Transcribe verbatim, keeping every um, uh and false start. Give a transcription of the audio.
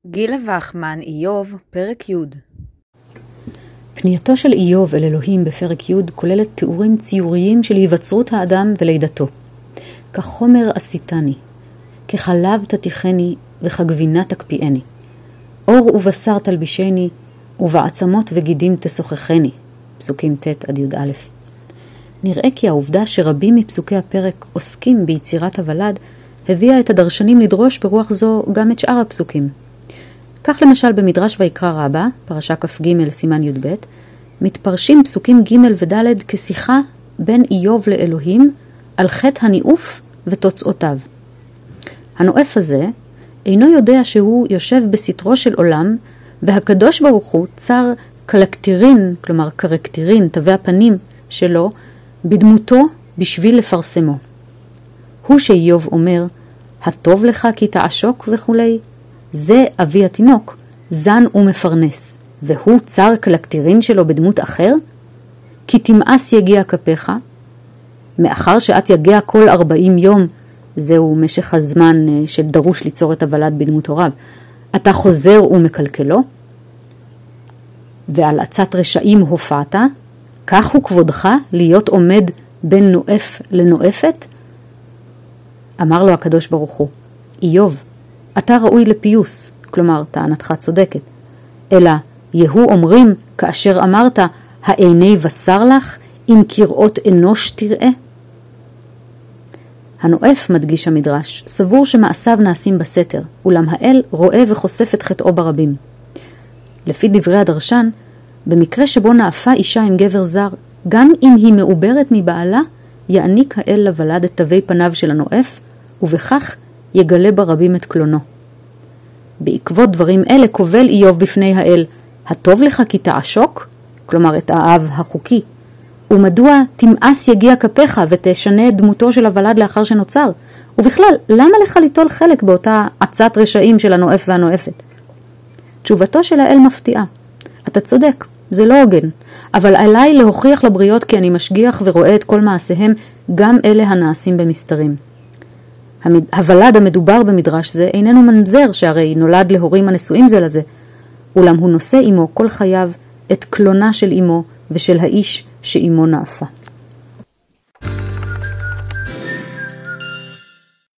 גילה וחמן, איוב, פרק י'. פנייתו של איוב אל אלוהים בפרק י' כוללת תיאורים ציוריים של היווצרות האדם ולידתו. כחומר עשיתני, כחלב תתיכני וכגבינה תקפיאני. אור ובשר תלבישני, ובעצמות וגידים תשוחחני. פסוקים ט' עד י"א. נראה כי העובדה שרבים מפסוקי הפרק עוסקים ביצירת הוולד, הביאה את הדרשנים לדרוש ברוח זו גם את שאר הפסוקים. כך למשל במדרש ויקרא רבה, פרשה כ"ג סימן י"ב, מתפרשים פסוקים ג' וד' כשיחה בין איוב לאלוהים על חטא הניאוף ותוצאותיו. הנואף הזה אינו יודע שהוא יושב בסתרו של עולם, והקדוש ברוך הוא צר קלקטירין, כלומר קרקטירין, תווי הפנים שלו, בדמותו בשביל לפרסמו. הוא שאיוב אומר, הטוב לך כי תעשוק וכולי, זה אבי התינוק, זן ומפרנס, והוא צר קלקטירין שלו בדמות אחר? כי תמאס יגיע כפיך, מאחר שאת יגיע כל ארבעים יום, זהו משך הזמן שדרוש ליצור את הוולד בדמות הוריו, אתה חוזר ומקלקלו, ועל עצת רשעים הופעת, כך הוא כבודך להיות עומד בין נואף לנואפת? אמר לו הקדוש ברוך הוא, איוב, אתה ראוי לפיוס, כלומר טענתך צודקת, אלא יהו אומרים כאשר אמרת, העיני בשר לך, אם קראות אנוש תראה? הנואף, מדגיש המדרש, סבור שמעשיו נעשים בסתר, אולם האל רואה וחושף את חטאו ברבים. לפי דברי הדרשן, במקרה שבו נאפה אישה עם גבר זר, גם אם היא מעוברת מבעלה, יעניק האל לוולד את תווי פניו של הנואף, ובכך יגלה ברבים את קלונו. בעקבות דברים אלה קובל איוב בפני האל, הטוב לך כי תעשוק? כלומר את האב החוקי. ומדוע תמאס יגיע כפיך ותשנה את דמותו של הוולד לאחר שנוצר? ובכלל, למה לך ליטול חלק באותה עצת רשעים של הנואף והנואפת? תשובתו של האל מפתיעה. אתה צודק, זה לא הוגן, אבל עליי להוכיח לבריות כי אני משגיח ורואה את כל מעשיהם, גם אלה הנעשים במסתרים. הוולד המדובר במדרש זה איננו מנזר שהרי נולד להורים הנשואים זה לזה, אולם הוא נושא עמו כל חייו את קלונה של אמו ושל האיש שאמו נאפה.